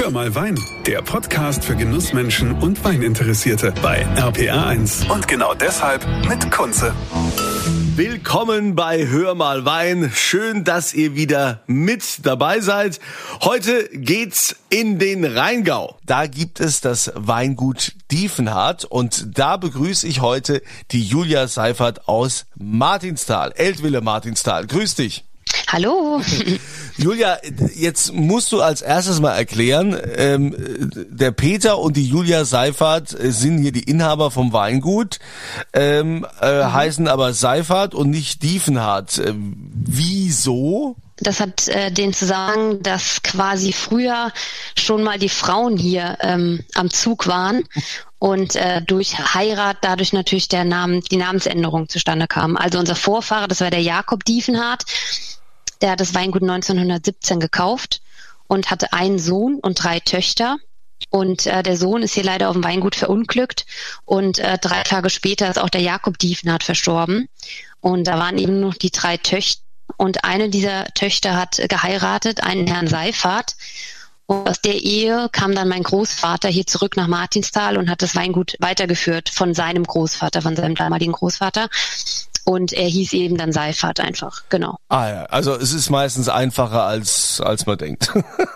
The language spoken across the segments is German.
Hör mal Wein, der Podcast für Genussmenschen und Weininteressierte bei RPR1. Und genau deshalb mit Kunze. Willkommen bei Hör mal Wein. Schön, dass ihr wieder mit dabei seid. Heute geht's in den Rheingau. Da gibt es das Weingut Diefenhardt und da begrüße ich heute die Julia Seifert aus Martinsthal, Eltville Martinsthal. Grüß dich. Hallo. Julia, jetzt musst du als erstes mal erklären, der Peter und die Julia Seifert sind hier die Inhaber vom Weingut, heißen aber Seifert und nicht Diefenhardt. Wieso? Das hat den Zusammenhang, dass quasi früher schon mal die Frauen hier am Zug waren und durch Heirat dadurch natürlich die Namensänderung zustande kam. Also unser Vorfahre, das war der Jakob Diefenhardt, der hat das Weingut 1917 gekauft und hatte einen Sohn und 3 Töchter. Und der Sohn ist hier leider auf dem Weingut verunglückt und 3 Tage später ist auch der Jakob Diefenhardt verstorben. Und da waren eben noch die 3 Töchter und eine dieser Töchter hat geheiratet, einen Herrn Seifert. Und aus der Ehe kam dann mein Großvater hier zurück nach Martinsthal und hat das Weingut weitergeführt von seinem Großvater, von seinem damaligen Großvater. Und er hieß eben dann Seifert einfach, genau. Ah ja, also es ist meistens einfacher als man denkt.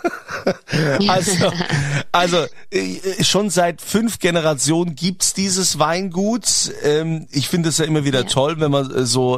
Also schon seit 5 Generationen gibt's dieses Weingut. Ich finde es ja immer wieder toll, wenn man so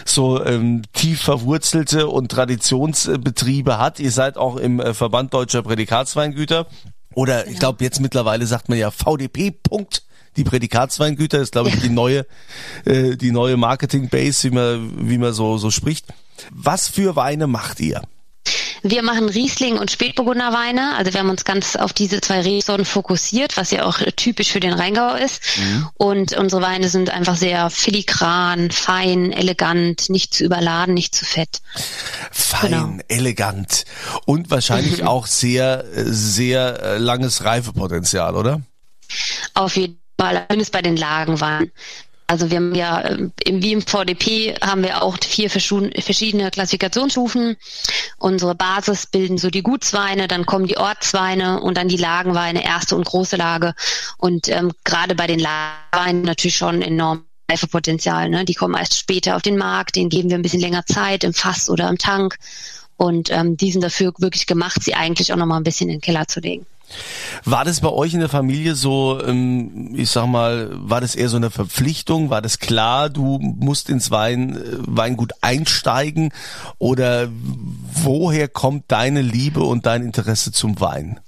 tief verwurzelte und Traditionsbetriebe hat. Ihr seid auch im Verband Deutscher Prädikatsweingüter. Oder ich glaube jetzt mittlerweile sagt man ja VDP. Die Prädikatsweingüter ist, glaube ich, die neue Marketing-Base, wie man so spricht. Was für Weine macht ihr? Wir machen Riesling und Spätburgunder Weine. Also wir haben uns ganz auf diese 2 Rebsorten fokussiert, was ja auch typisch für den Rheingau ist. Mhm. Und unsere Weine sind einfach sehr filigran, fein, elegant, nicht zu überladen, nicht zu fett. Fein, elegant und wahrscheinlich auch sehr, sehr langes Reifepotenzial, oder? Auf jeden Fall, zumindest bei den Lagenweinen. Also wir haben ja, wie im VDP haben wir auch 4 verschiedene Klassifikationsstufen. Unsere Basis bilden so die Gutsweine, dann kommen die Ortsweine und dann die Lagenweine, erste und große Lage. Und gerade bei den Lagenweinen natürlich schon enorm Reifepotenzial. Ne? Die kommen erst später auf den Markt, denen geben wir ein bisschen länger Zeit im Fass oder im Tank. Und die sind dafür wirklich gemacht, sie eigentlich auch nochmal ein bisschen in den Keller zu legen. War das bei euch in der Familie so, ich sag mal, war das eher so eine Verpflichtung? War das klar, du musst ins Weingut einsteigen? Oder woher kommt deine Liebe und dein Interesse zum Wein?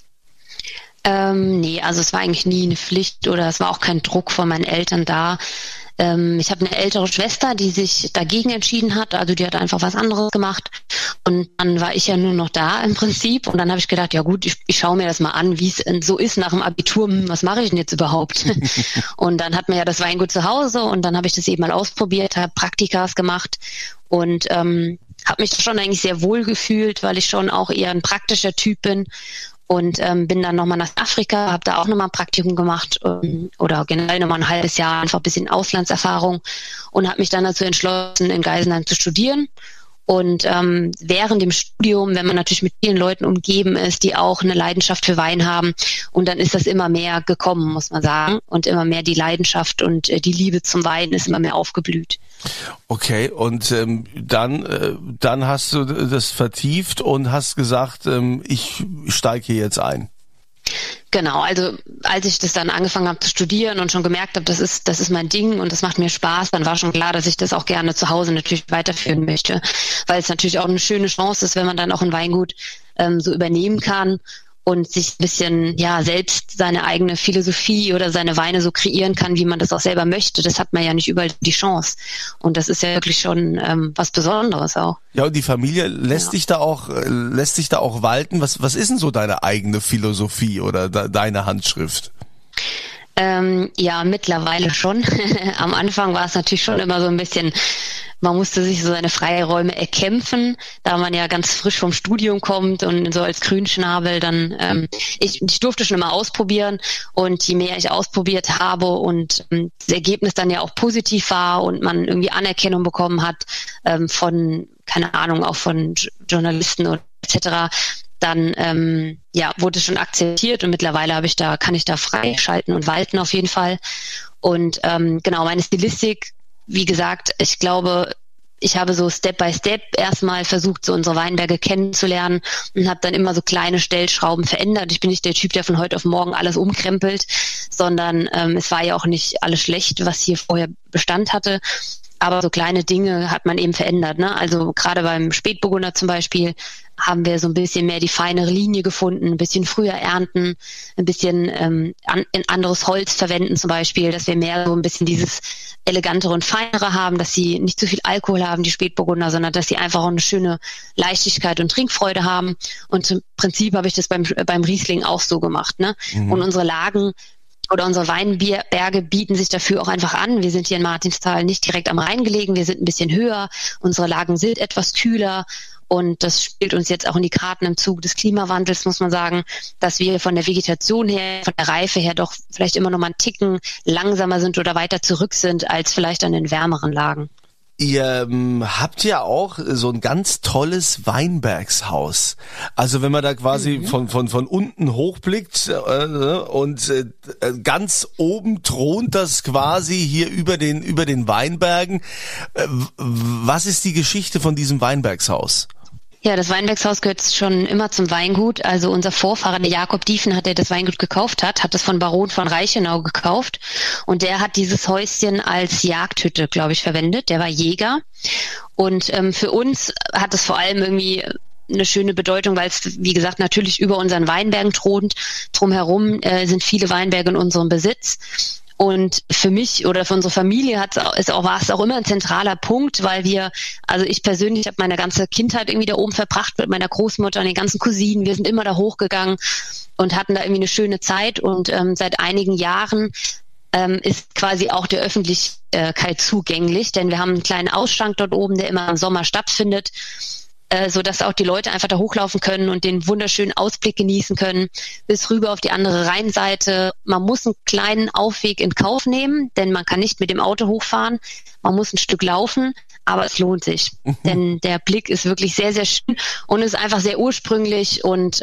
Nee, also es war eigentlich nie eine Pflicht oder es war auch kein Druck von meinen Eltern da. Ich habe eine ältere Schwester, die sich dagegen entschieden hat, also die hat einfach was anderes gemacht und dann war ich ja nur noch da im Prinzip und dann habe ich gedacht, ja gut, ich schaue mir das mal an, wie es so ist nach dem Abitur, was mache ich denn jetzt überhaupt? Und dann hat man ja das Weingut zu Hause und dann habe ich das eben mal ausprobiert, habe Praktikas gemacht und habe mich schon eigentlich sehr wohl gefühlt, weil ich schon auch eher ein praktischer Typ bin. Und bin dann nochmal nach Afrika, habe da auch nochmal ein Praktikum gemacht oder generell nochmal ein halbes Jahr, einfach ein bisschen Auslandserfahrung und habe mich dann dazu entschlossen, in Geisenheim zu studieren. Und während dem Studium, wenn man natürlich mit vielen Leuten umgeben ist, die auch eine Leidenschaft für Wein haben, und dann ist das immer mehr gekommen, muss man sagen. Und immer mehr die Leidenschaft und die Liebe zum Wein ist immer mehr aufgeblüht. Okay, und dann hast du das vertieft und hast gesagt, ich steige hier jetzt ein. Genau, also als ich das dann angefangen habe zu studieren und schon gemerkt habe, das ist mein Ding und das macht mir Spaß, dann war schon klar, dass ich das auch gerne zu Hause natürlich weiterführen möchte, weil es natürlich auch eine schöne Chance ist, wenn man dann auch ein Weingut so übernehmen kann und sich ein bisschen selbst seine eigene Philosophie oder seine Weine so kreieren kann, wie man das auch selber möchte. Das hat man ja nicht überall die Chance. Und das ist ja wirklich schon was Besonderes auch. Ja, und die Familie lässt dich da auch walten. Was ist denn so deine eigene Philosophie oder deine Handschrift? Ja, mittlerweile schon. Am Anfang war es natürlich schon immer so ein bisschen, man musste sich so seine Freiräume erkämpfen, da man ja ganz frisch vom Studium kommt und so als Grünschnabel dann, ich durfte schon immer ausprobieren und je mehr ich ausprobiert habe und das Ergebnis dann ja auch positiv war und man irgendwie Anerkennung bekommen hat von, keine Ahnung, auch von Journalisten und etc., dann wurde es schon akzeptiert und mittlerweile kann ich da frei schalten und walten auf jeden Fall. Und meine Stilistik, wie gesagt, ich glaube, ich habe so Step by Step erstmal versucht, so unsere Weinberge kennenzulernen und habe dann immer so kleine Stellschrauben verändert. Ich bin nicht der Typ, der von heute auf morgen alles umkrempelt, sondern es war ja auch nicht alles schlecht, was hier vorher Bestand hatte. Aber so kleine Dinge hat man eben verändert, ne? Also gerade beim Spätburgunder zum Beispiel haben wir so ein bisschen mehr die feinere Linie gefunden, ein bisschen früher ernten, ein bisschen anderes Holz verwenden zum Beispiel, dass wir mehr so ein bisschen dieses elegantere und feinere haben, dass sie nicht zu viel Alkohol haben, die Spätburgunder, sondern dass sie einfach auch eine schöne Leichtigkeit und Trinkfreude haben. Und im Prinzip habe ich das beim Riesling auch so gemacht, ne? Mhm. Und unsere Lagen oder unsere Weinberge bieten sich dafür auch einfach an. Wir sind hier in Martinsthal nicht direkt am Rhein gelegen, wir sind ein bisschen höher, unsere Lagen sind etwas kühler und das spielt uns jetzt auch in die Karten im Zuge des Klimawandels, muss man sagen, dass wir von der Vegetation her, von der Reife her doch vielleicht immer noch mal einen Ticken langsamer sind oder weiter zurück sind als vielleicht an den wärmeren Lagen. Ihr habt ja auch so ein ganz tolles Weinbergshaus. Also wenn man da quasi von unten hochblickt und ganz oben thront das quasi hier über den Weinbergen. Was ist die Geschichte von diesem Weinbergshaus? Ja, das Weinbergshaus gehört schon immer zum Weingut. Also unser Vorfahrer, der Jakob Diefen, der das Weingut gekauft hat es von Baron von Reichenau gekauft. Und der hat dieses Häuschen als Jagdhütte, glaube ich, verwendet. Der war Jäger. Und für uns hat es vor allem irgendwie eine schöne Bedeutung, weil es, wie gesagt, natürlich über unseren Weinbergen thront. Drumherum sind viele Weinberge in unserem Besitz. Und für mich oder für unsere Familie war es auch immer ein zentraler Punkt, weil ich persönlich habe meine ganze Kindheit irgendwie da oben verbracht mit meiner Großmutter und den ganzen Cousinen. Wir sind immer da hochgegangen und hatten da irgendwie eine schöne Zeit. Und seit einigen Jahren ist quasi auch der Öffentlichkeit zugänglich, denn wir haben einen kleinen Ausschank dort oben, der immer im Sommer stattfindet, so dass auch die Leute einfach da hochlaufen können und den wunderschönen Ausblick genießen können, bis rüber auf die andere Rheinseite. Man muss einen kleinen Aufweg in Kauf nehmen, denn man kann nicht mit dem Auto hochfahren. Man muss ein Stück laufen, aber es lohnt sich, denn der Blick ist wirklich sehr, sehr schön und ist einfach sehr ursprünglich und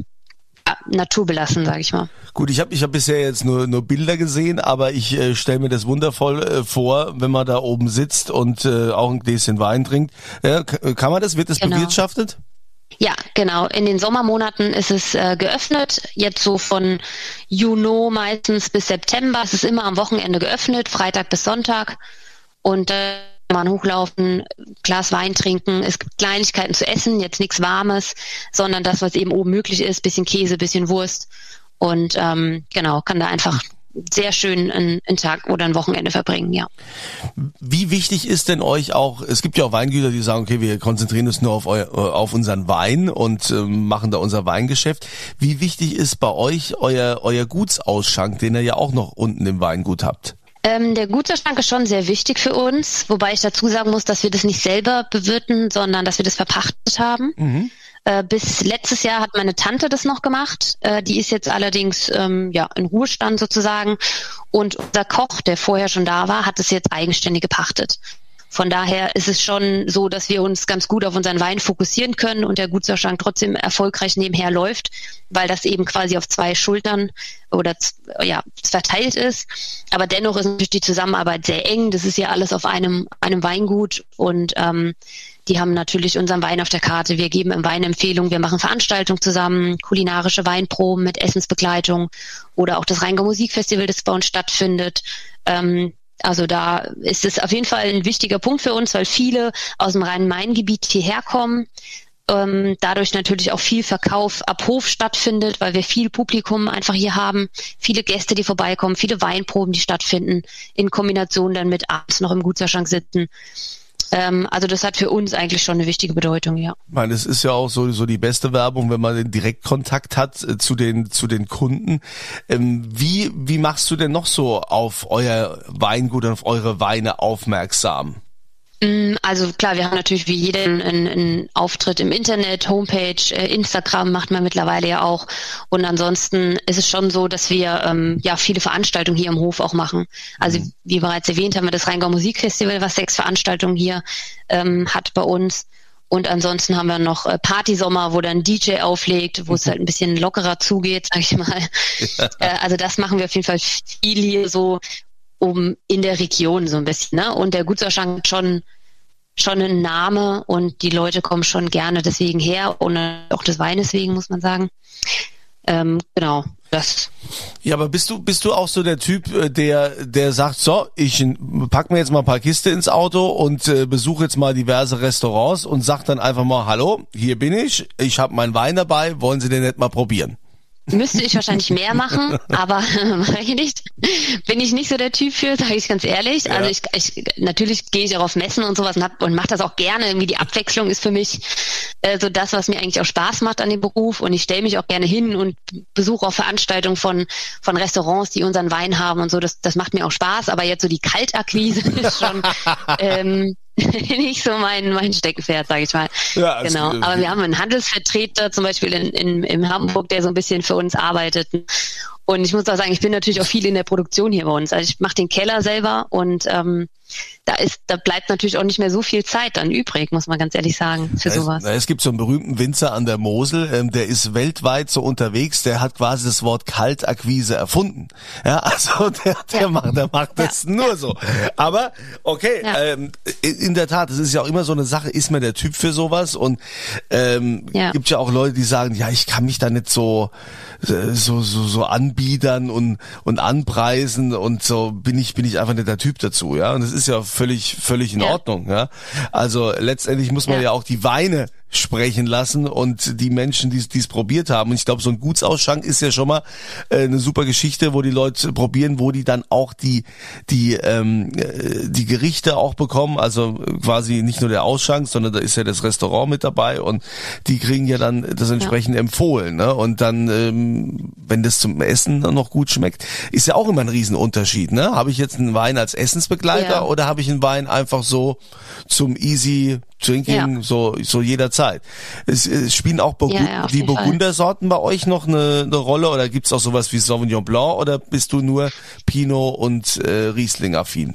naturbelassen, sage ich mal. Gut, ich hab bisher jetzt nur Bilder gesehen, aber ich stelle mir das wundervoll vor, wenn man da oben sitzt und auch ein Gläschen Wein trinkt. Kann man das? Wird das bewirtschaftet? Ja, genau. In den Sommermonaten ist es geöffnet. Jetzt so von Juni meistens bis September. Es ist immer am Wochenende geöffnet, Freitag bis Sonntag. Und kann man hochlaufen, Glas Wein trinken. Es gibt Kleinigkeiten zu essen, jetzt nichts Warmes, sondern das, was eben oben möglich ist, bisschen Käse, bisschen Wurst. Und kann da einfach sehr schön einen Tag oder ein Wochenende verbringen, ja. Wie wichtig ist denn euch auch, es gibt ja auch Weingüter, die sagen, okay, wir konzentrieren uns nur auf unseren Wein und machen da unser Weingeschäft. Wie wichtig ist bei euch euer Gutsausschank, den ihr ja auch noch unten im Weingut habt? Der Gutsausschank ist schon sehr wichtig für uns, wobei ich dazu sagen muss, dass wir das nicht selber bewirten, sondern dass wir das verpachtet haben. Mhm. Bis letztes Jahr hat meine Tante das noch gemacht. Die ist jetzt allerdings in Ruhestand sozusagen. Und unser Koch, der vorher schon da war, hat es jetzt eigenständig gepachtet. Von daher ist es schon so, dass wir uns ganz gut auf unseren Wein fokussieren können und der Gutsausschank trotzdem erfolgreich nebenher läuft, weil das eben quasi auf zwei Schultern oder verteilt ist. Aber dennoch ist natürlich die Zusammenarbeit sehr eng. Das ist ja alles auf einem Weingut und die haben natürlich unseren Wein auf der Karte. Wir geben im Wein Empfehlungen, wir machen Veranstaltungen zusammen, kulinarische Weinproben mit Essensbegleitung oder auch das Rheingau Musikfestival, das bei uns stattfindet. Also da ist es auf jeden Fall ein wichtiger Punkt für uns, weil viele aus dem Rhein-Main-Gebiet hierher kommen. Dadurch natürlich auch viel Verkauf ab Hof stattfindet, weil wir viel Publikum einfach hier haben, viele Gäste, die vorbeikommen, viele Weinproben, die stattfinden, in Kombination dann mit abends noch im Gutsausschank sitzen. Also das hat für uns eigentlich schon eine wichtige Bedeutung, ja. Ich meine, es ist ja auch so die beste Werbung, wenn man den Direktkontakt hat zu den Kunden. Wie machst du denn noch so auf euer Weingut und auf eure Weine aufmerksam? Also klar, wir haben natürlich wie jeder einen Auftritt im Internet, Homepage, Instagram macht man mittlerweile ja auch. Und ansonsten ist es schon so, dass wir viele Veranstaltungen hier im Hof auch machen. Also wie bereits erwähnt, haben wir das Rheingau Musikfestival, was 6 Veranstaltungen hier hat bei uns. Und ansonsten haben wir noch Partysommer, wo dann DJ auflegt, wo es halt ein bisschen lockerer zugeht, sag ich mal. Ja. Also das machen wir auf jeden Fall viel hier so in der Region so ein bisschen. Ne? Und der Gutsausschank hat schon einen Name und die Leute kommen schon gerne deswegen her und auch des Weines wegen, muss man sagen. Genau, das. Ja, aber bist du auch so der Typ, der sagt, so, ich pack mir jetzt mal ein paar Kiste ins Auto und besuche jetzt mal diverse Restaurants und sag dann einfach mal, hallo, hier bin ich habe meinen Wein dabei, wollen Sie den nicht mal probieren? Müsste ich wahrscheinlich mehr machen, aber mache ich nicht. Bin ich nicht so der Typ für, sage ich ganz ehrlich. Ja. Also ich natürlich gehe ich auch auf Messen und sowas und mache das auch gerne. Irgendwie die Abwechslung ist für mich so das, was mir eigentlich auch Spaß macht an dem Beruf. Und ich stelle mich auch gerne hin und besuche auch Veranstaltungen von Restaurants, die unseren Wein haben und so. Das macht mir auch Spaß. Aber jetzt so die Kaltakquise ist schon nicht so mein Steckenpferd, sage ich mal. Ja, genau. Aber wir haben einen Handelsvertreter zum Beispiel in Hamburg, der so ein bisschen für uns arbeitet. Und ich muss auch sagen, ich bin natürlich auch viel in der Produktion hier bei uns. Also ich mache den Keller selber und da bleibt natürlich auch nicht mehr so viel Zeit dann übrig, muss man ganz ehrlich sagen, für sowas. Es gibt so einen berühmten Winzer an der Mosel, der ist weltweit so unterwegs, der hat quasi das Wort Kaltakquise erfunden. Ja, also der macht das nur so. Aber okay, in der Tat, das ist ja auch immer so eine Sache, ist man der Typ für sowas und gibt ja auch Leute, die sagen, ja, ich kann mich da nicht so anbiedern und anpreisen und so bin ich einfach nicht der Typ dazu, ja. Und das ist ja völlig in Ordnung, ja. Also letztendlich muss man ja auch die Weine sprechen lassen und die Menschen, die es probiert haben. Und ich glaube, so ein Gutsausschank ist ja schon mal eine super Geschichte, wo die Leute probieren, wo die dann auch die Gerichte auch bekommen. Also quasi nicht nur der Ausschank, sondern da ist ja das Restaurant mit dabei und die kriegen ja dann das entsprechend empfohlen. Ne? Und dann, wenn das zum Essen noch gut schmeckt, ist ja auch immer ein Riesenunterschied. Ne? Habe ich jetzt einen Wein als Essensbegleiter oder habe ich einen Wein einfach so zum easy Drinking, so jederzeit. Es spielen auch die Burgundersorten bei euch noch eine Rolle oder gibt's auch sowas wie Sauvignon Blanc oder bist du nur Pinot und Riesling-affin?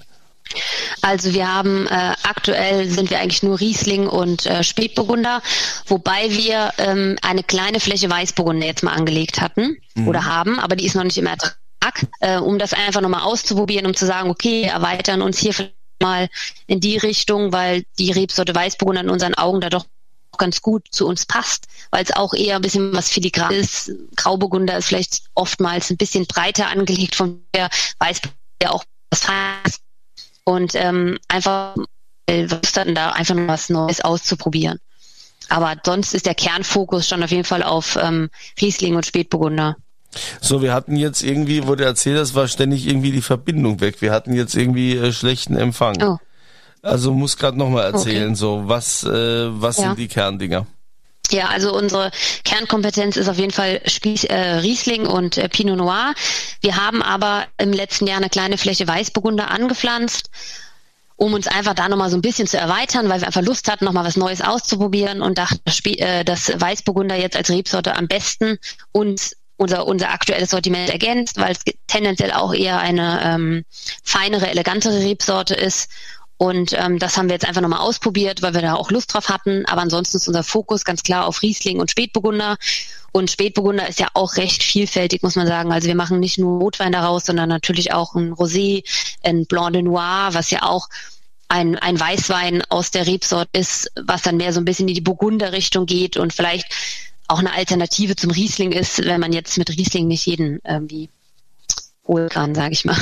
Also wir haben aktuell sind wir eigentlich nur Riesling und Spätburgunder, wobei wir eine kleine Fläche Weißburgunder jetzt mal angelegt hatten oder haben, aber die ist noch nicht im Ertrag, um das einfach nochmal auszuprobieren, um zu sagen, okay, erweitern uns hier mal in die Richtung, weil die Rebsorte Weißburgunder in unseren Augen da doch ganz gut zu uns passt, weil es auch eher ein bisschen was filigran ist. Grauburgunder ist vielleicht oftmals ein bisschen breiter angelegt von der Weißburgunder, der auch was heißt. Und einfach dann da einfach noch was Neues auszuprobieren. Aber sonst ist der Kernfokus schon auf jeden Fall auf Riesling und Spätburgunder. So, wir hatten jetzt irgendwie, wurde erzählt, das war ständig irgendwie die Verbindung weg. Wir hatten jetzt irgendwie schlechten Empfang. Oh. Also muss gerade nochmal erzählen, so was sind die Kerndinger? Ja, also unsere Kernkompetenz ist auf jeden Fall Riesling und Pinot Noir. Wir haben aber im letzten Jahr eine kleine Fläche Weißburgunder angepflanzt, um uns einfach da nochmal so ein bisschen zu erweitern, weil wir einfach Lust hatten, nochmal was Neues auszuprobieren und dachten, dass Weißburgunder jetzt als Rebsorte am besten uns unser aktuelles Sortiment ergänzt, weil es tendenziell auch eher eine feinere, elegantere Rebsorte ist. Und das haben wir jetzt einfach nochmal ausprobiert, weil wir da auch Lust drauf hatten. Aber ansonsten ist unser Fokus ganz klar auf Riesling und Spätburgunder. Und Spätburgunder ist ja auch recht vielfältig, muss man sagen. Also wir machen nicht nur Rotwein daraus, sondern natürlich auch ein Rosé, ein Blanc de Noir, was ja auch ein Weißwein aus der Rebsorte ist, was dann mehr so ein bisschen in die Burgunder-Richtung geht und vielleicht auch eine Alternative zum Riesling ist, wenn man jetzt mit Riesling nicht jeden irgendwie holen kann, sage ich mal.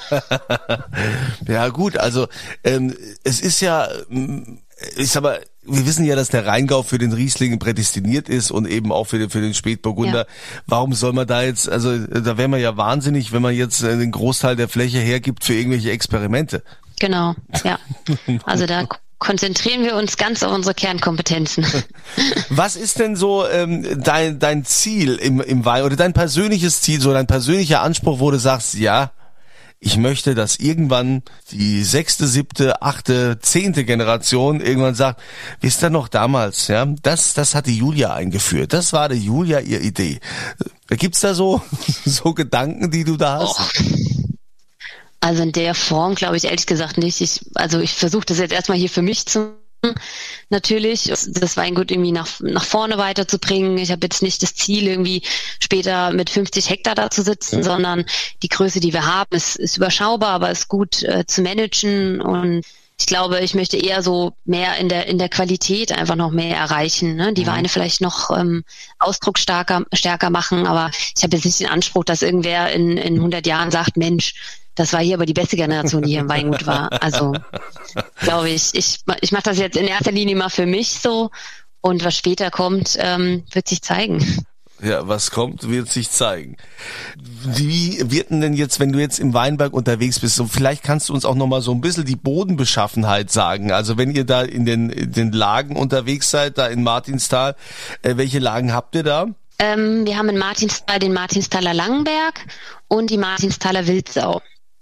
Ja gut, also es ist ja, wir wissen ja, dass der Rheingau für den Riesling prädestiniert ist und eben auch für den Spätburgunder. Ja. Warum soll man da jetzt, also da wäre man ja wahnsinnig, wenn man jetzt den Großteil der Fläche hergibt für irgendwelche Experimente. Genau, ja. Also da konzentrieren wir uns ganz auf unsere Kernkompetenzen. Was ist denn so dein Ziel im Wein oder dein persönliches Ziel, so dein persönlicher Anspruch, wo du sagst, ja, ich möchte, dass irgendwann die 6., 7., 8., 10. Generation irgendwann sagt, wisst ihr noch damals, ja, das hat die Julia eingeführt. Das war der Julia ihre Idee. Gibt's da so Gedanken, die du da hast? Oh. Also in der Form glaube ich ehrlich gesagt nicht. Ich versuche das jetzt erstmal hier für mich zu natürlich, das Weingut irgendwie nach vorne weiterzubringen. Ich habe jetzt nicht das Ziel, irgendwie später mit 50 Hektar da zu sitzen, sondern die Größe, die wir haben, ist überschaubar, aber ist gut zu managen. Und ich glaube, ich möchte eher so mehr in der Qualität einfach noch mehr erreichen. Ne? Die Weine vielleicht noch ausdrucksstärker machen, aber ich habe jetzt nicht den Anspruch, dass irgendwer in 100 Jahren sagt, Mensch, das war hier aber die beste Generation, die hier im Weingut war. Also glaube ich mache das jetzt in erster Linie mal für mich so und was später kommt, wird sich zeigen. Ja, was kommt, wird sich zeigen. Wie wird denn jetzt, wenn du jetzt im Weinberg unterwegs bist, so vielleicht kannst du uns auch nochmal so ein bisschen die Bodenbeschaffenheit sagen. Also wenn ihr da in den Lagen unterwegs seid, da in Martinsthal, welche Lagen habt ihr da? Wir haben in Martinsthal den Martinsthaler Langenberg und die Martinsthaler Wildsau.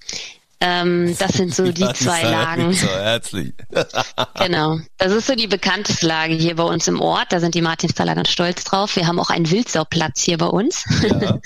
Das sind so die zwei Lagen. So, herzlich. Genau. Das ist so die bekannteste Lage hier bei uns im Ort. Da sind die Martinsthaler ganz stolz drauf. Wir haben auch einen Wildsauplatz hier bei uns. Ja.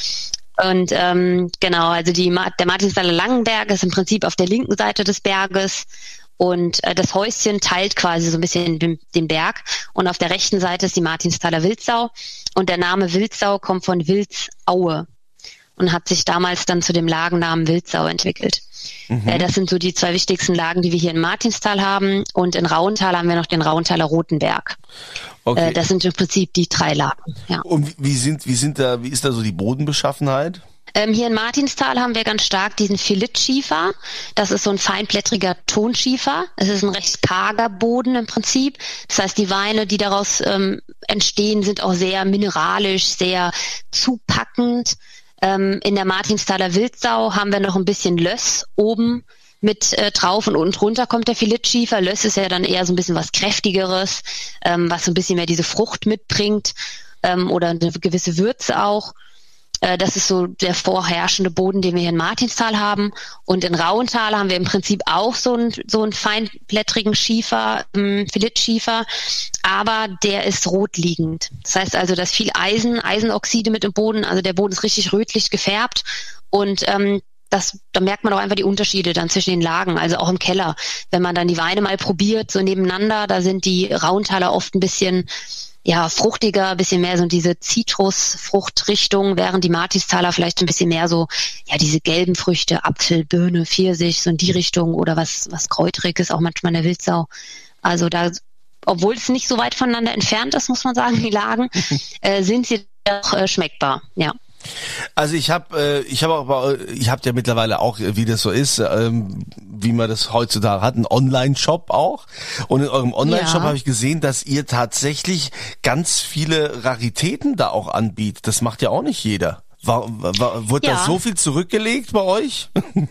Und genau, also der Martinsthaler Langenberg ist im Prinzip auf der linken Seite des Berges und das Häuschen teilt quasi so ein bisschen den Berg und auf der rechten Seite ist die Martinsthaler Wildsau und der Name Wildsau kommt von Wildsaue und hat sich damals dann zu dem Lagennamen Wildsau entwickelt. Das sind so die zwei wichtigsten Lagen, die wir hier in Martinsthal haben. Und in Rauenthal haben wir noch den Rauenthaler Rotenberg. Okay. Das sind im Prinzip die 3 Lagen. Ja. Und wie ist da so die Bodenbeschaffenheit? Hier in Martinsthal haben wir ganz stark diesen Filit-Schiefer. Das ist so ein feinblättriger Tonschiefer. Es ist ein recht karger Boden im Prinzip. Das heißt, die Weine, die daraus entstehen, sind auch sehr mineralisch, sehr zupackend. In der Martinsthaler Wildsau haben wir noch ein bisschen Löss oben mit drauf und unten drunter kommt der Filit-Schiefer. Löss ist ja dann eher so ein bisschen was Kräftigeres, was so ein bisschen mehr diese Frucht mitbringt oder eine gewisse Würze auch. Das ist so der vorherrschende Boden, den wir hier in Martinsthal haben. Und in Rauenthal haben wir im Prinzip auch so einen feinblättrigen Schiefer, Filit-Schiefer, aber der ist rotliegend. Das heißt also, da ist viel Eisenoxide mit im Boden. Also der Boden ist richtig rötlich gefärbt und da merkt man auch einfach die Unterschiede dann zwischen den Lagen, also auch im Keller. Wenn man dann die Weine mal probiert, so nebeneinander, da sind die Rauenthaler oft ein bisschen fruchtiger, ein bisschen mehr so in diese Zitrusfruchtrichtung, während die Martinsthaler vielleicht ein bisschen mehr so, diese gelben Früchte, Apfel, Birne, Pfirsich, so in die Richtung oder was Kräutriges, auch manchmal in der Wildsau. Also da, obwohl es nicht so weit voneinander entfernt ist, muss man sagen, die Lagen, sind sie doch schmeckbar, ja. Also ich habe ja mittlerweile auch, wie das so ist, wie man das heutzutage hat, einen Online-Shop auch. Und in eurem Online-Shop habe ich gesehen, dass ihr tatsächlich ganz viele Raritäten da auch anbietet. Das macht ja auch nicht jeder. Wurde da so viel zurückgelegt bei euch?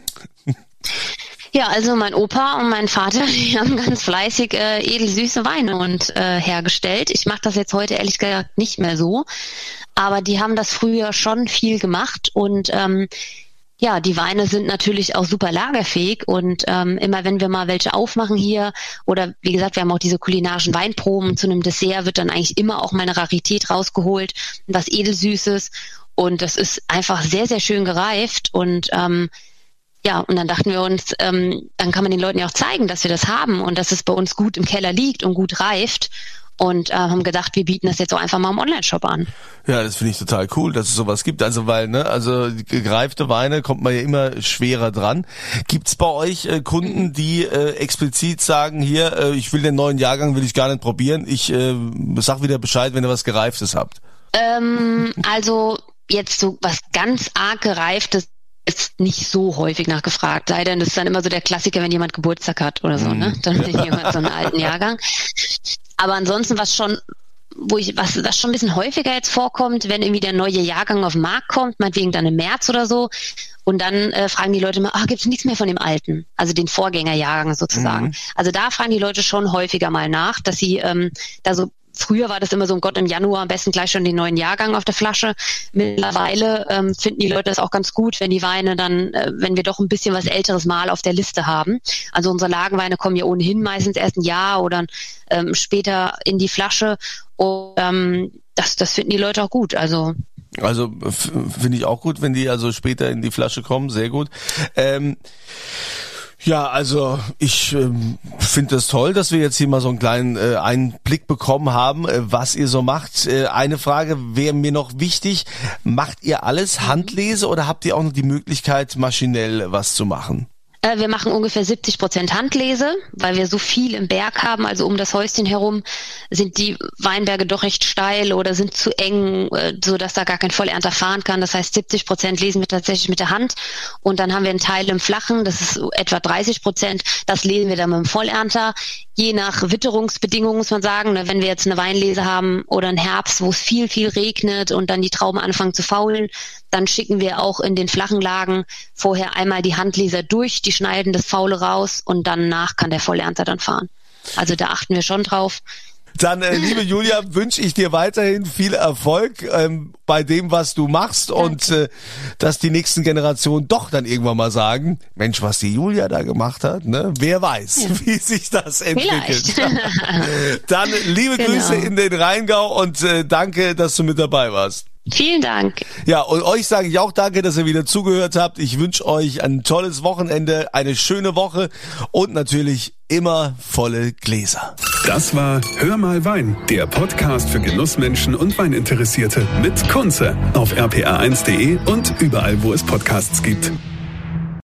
Ja, also mein Opa und mein Vater, die haben ganz fleißig edelsüße Weine hergestellt. Ich mache das jetzt heute ehrlich gesagt nicht mehr so, aber die haben das früher schon viel gemacht und die Weine sind natürlich auch super lagerfähig und immer wenn wir mal welche aufmachen hier oder wie gesagt, wir haben auch diese kulinarischen Weinproben, zu einem Dessert wird dann eigentlich immer auch mal eine Rarität rausgeholt, was Edelsüßes und das ist einfach sehr, sehr schön gereift und und dann dachten wir uns, dann kann man den Leuten ja auch zeigen, dass wir das haben und dass es bei uns gut im Keller liegt und gut reift. Und haben gedacht, wir bieten das jetzt auch einfach mal im Online-Shop an. Ja, das finde ich total cool, dass es sowas gibt. Also weil, gereifte Weine kommt man ja immer schwerer dran. Gibt's bei euch Kunden, die explizit sagen, hier, ich will den neuen Jahrgang, will ich gar nicht probieren. Ich sag wieder Bescheid, wenn ihr was Gereiftes habt. Also jetzt so was ganz arg Gereiftes ist nicht so häufig nachgefragt. Sei denn, das ist dann immer so der Klassiker, wenn jemand Geburtstag hat oder so, ne? Dann will jemand so einen alten Jahrgang. Aber ansonsten, was schon ein bisschen häufiger jetzt vorkommt, wenn irgendwie der neue Jahrgang auf den Markt kommt, meinetwegen dann im März oder so, und dann fragen die Leute mal, gibt's nichts mehr von dem alten, also den Vorgängerjahrgang sozusagen. Also da fragen die Leute schon häufiger mal nach, dass sie früher war das immer so, um Gott, im Januar am besten gleich schon den neuen Jahrgang auf der Flasche. Mittlerweile finden die Leute das auch ganz gut, wenn die Weine dann, wenn wir doch ein bisschen was älteres Mal auf der Liste haben. Also unsere Lagenweine kommen ja ohnehin meistens erst ein Jahr oder später in die Flasche. Und das finden die Leute auch gut. Also finde ich auch gut, wenn die also später in die Flasche kommen. Sehr gut. Ja, also ich finde das toll, dass wir jetzt hier mal so einen kleinen Einblick bekommen haben, was ihr so macht. Eine Frage wäre mir noch wichtig. Macht ihr alles Handlese oder habt ihr auch noch die Möglichkeit, maschinell was zu machen? Wir machen ungefähr 70% Handlese, weil wir so viel im Berg haben. Also um das Häuschen herum sind die Weinberge doch recht steil oder sind zu eng, so dass da gar kein Vollernter fahren kann. Das heißt, 70% lesen wir tatsächlich mit der Hand. Und dann haben wir einen Teil im Flachen, das ist etwa 30%. Das lesen wir dann mit dem Vollernter. Je nach Witterungsbedingungen muss man sagen, wenn wir jetzt eine Weinlese haben oder einen Herbst, wo es viel, viel regnet und dann die Trauben anfangen zu faulen, dann schicken wir auch in den flachen Lagen vorher einmal die Handleser durch, die schneiden das Faule raus und danach kann der Vollernter dann fahren. Also da achten wir schon drauf. Dann, liebe Julia, wünsche ich dir weiterhin viel Erfolg bei dem, was du machst. Danke. Und dass die nächsten Generationen doch dann irgendwann mal sagen, Mensch, was die Julia da gemacht hat, ne? Wer weiß, wie sich das entwickelt. Dann liebe Grüße in den Rheingau und danke, dass du mit dabei warst. Vielen Dank. Ja, und euch sage ich auch danke, dass ihr wieder zugehört habt. Ich wünsche euch ein tolles Wochenende, eine schöne Woche und natürlich immer volle Gläser. Das war Hör mal Wein, der Podcast für Genussmenschen und Weininteressierte mit Kunze auf rpa1.de und überall, wo es Podcasts gibt.